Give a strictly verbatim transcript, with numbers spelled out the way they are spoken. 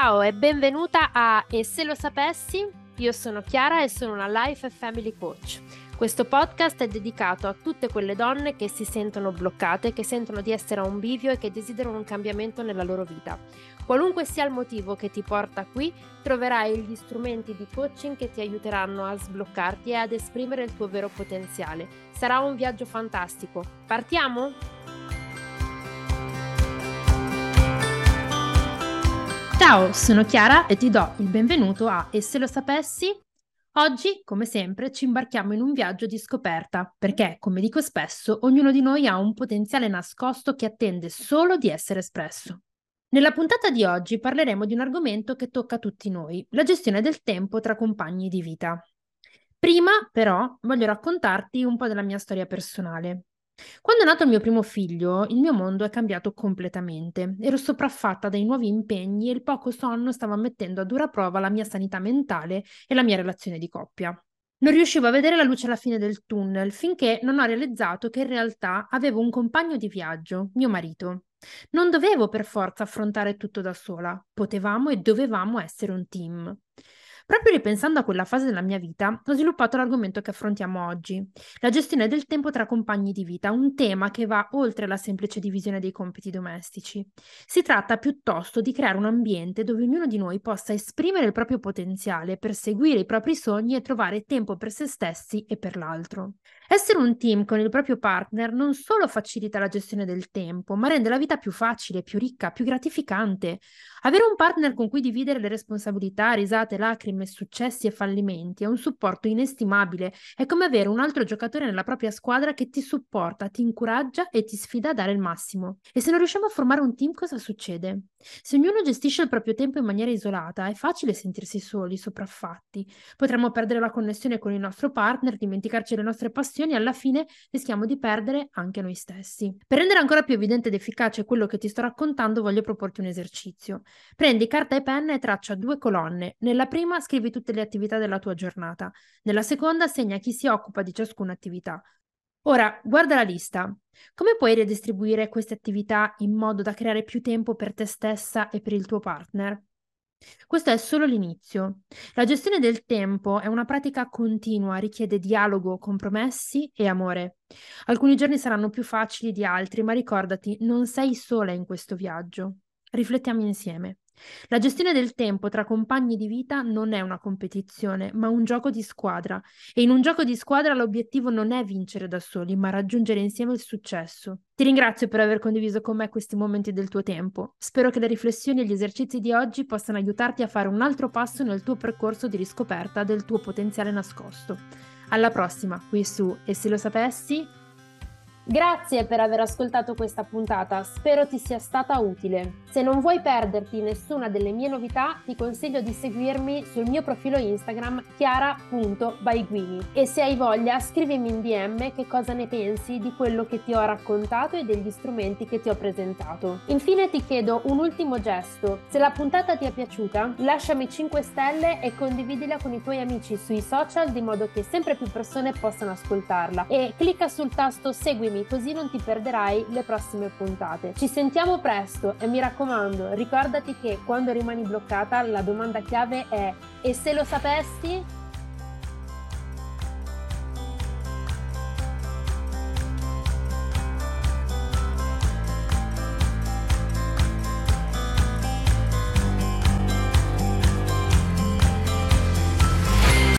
Ciao e benvenuta a E se lo sapessi? Io sono Chiara e sono una Life e Family Coach. Questo podcast è dedicato a tutte quelle donne che si sentono bloccate, che sentono di essere a un bivio e che desiderano un cambiamento nella loro vita. Qualunque sia il motivo che ti porta qui, troverai gli strumenti di coaching che ti aiuteranno a sbloccarti e ad esprimere il tuo vero potenziale. Sarà un viaggio fantastico. Partiamo? Ciao, sono Chiara e ti do il benvenuto a E se lo sapessi? Oggi, come sempre, ci imbarchiamo in un viaggio di scoperta, perché, come dico spesso, ognuno di noi ha un potenziale nascosto che attende solo di essere espresso. Nella puntata di oggi parleremo di un argomento che tocca tutti noi, la gestione del tempo tra compagni di vita. Prima, però, voglio raccontarti un po' della mia storia personale. Quando è nato il mio primo figlio, il mio mondo è cambiato completamente. Ero sopraffatta dai nuovi impegni e il poco sonno stava mettendo a dura prova la mia sanità mentale e la mia relazione di coppia. Non riuscivo a vedere la luce alla fine del tunnel finché non ho realizzato che in realtà avevo un compagno di viaggio, mio marito. Non dovevo per forza affrontare tutto da sola, potevamo e dovevamo essere un team. Proprio ripensando a quella fase della mia vita, ho sviluppato l'argomento che affrontiamo oggi, la gestione del tempo tra compagni di vita, un tema che va oltre la semplice divisione dei compiti domestici. Si tratta piuttosto di creare un ambiente dove ognuno di noi possa esprimere il proprio potenziale, perseguire i propri sogni e trovare tempo per se stessi e per l'altro. Essere un team con il proprio partner non solo facilita la gestione del tempo, ma rende la vita più facile, più ricca, più gratificante. Avere un partner con cui dividere le responsabilità, risate, lacrime, successi e fallimenti è un supporto inestimabile. È come avere un altro giocatore nella propria squadra che ti supporta, ti incoraggia e ti sfida a dare il massimo. E se non riusciamo a formare un team, cosa succede? Se ognuno gestisce il proprio tempo in maniera isolata, è facile sentirsi soli, sopraffatti. Potremmo perdere la connessione con il nostro partner, dimenticarci le nostre passioni e alla fine rischiamo di perdere anche noi stessi. Per rendere ancora più evidente ed efficace quello che ti sto raccontando, voglio proporti un esercizio. Prendi carta e penna e traccia due colonne. Nella prima scrivi tutte le attività della tua giornata. Nella seconda segna chi si occupa di ciascuna attività. Ora, guarda la lista. Come puoi redistribuire queste attività in modo da creare più tempo per te stessa e per il tuo partner? Questo è solo l'inizio. La gestione del tempo è una pratica continua, richiede dialogo, compromessi e amore. Alcuni giorni saranno più facili di altri, ma ricordati, non sei sola in questo viaggio. Riflettiamo insieme. La gestione del tempo tra compagni di vita non è una competizione, ma un gioco di squadra. E in un gioco di squadra l'obiettivo non è vincere da soli, ma raggiungere insieme il successo. Ti ringrazio per aver condiviso con me questi momenti del tuo tempo. Spero che le riflessioni e gli esercizi di oggi possano aiutarti a fare un altro passo nel tuo percorso di riscoperta del tuo potenziale nascosto. Alla prossima, qui su E se lo sapessi? Grazie per aver ascoltato questa puntata, spero ti sia stata utile. Se non vuoi perderti nessuna delle mie novità, ti consiglio di seguirmi sul mio profilo Instagram chiara punto baiguini e se hai voglia scrivimi in D M che cosa ne pensi di quello che ti ho raccontato e degli strumenti che ti ho presentato. Infine ti chiedo un ultimo gesto, se la puntata ti è piaciuta, lasciami cinque stelle e condividila con i tuoi amici sui social di modo che sempre più persone possano ascoltarla e clicca sul tasto seguimi così non ti perderai le prossime puntate. Ci sentiamo presto e mi raccomando, ricordati che quando rimani bloccata la domanda chiave è: e se lo sapessi?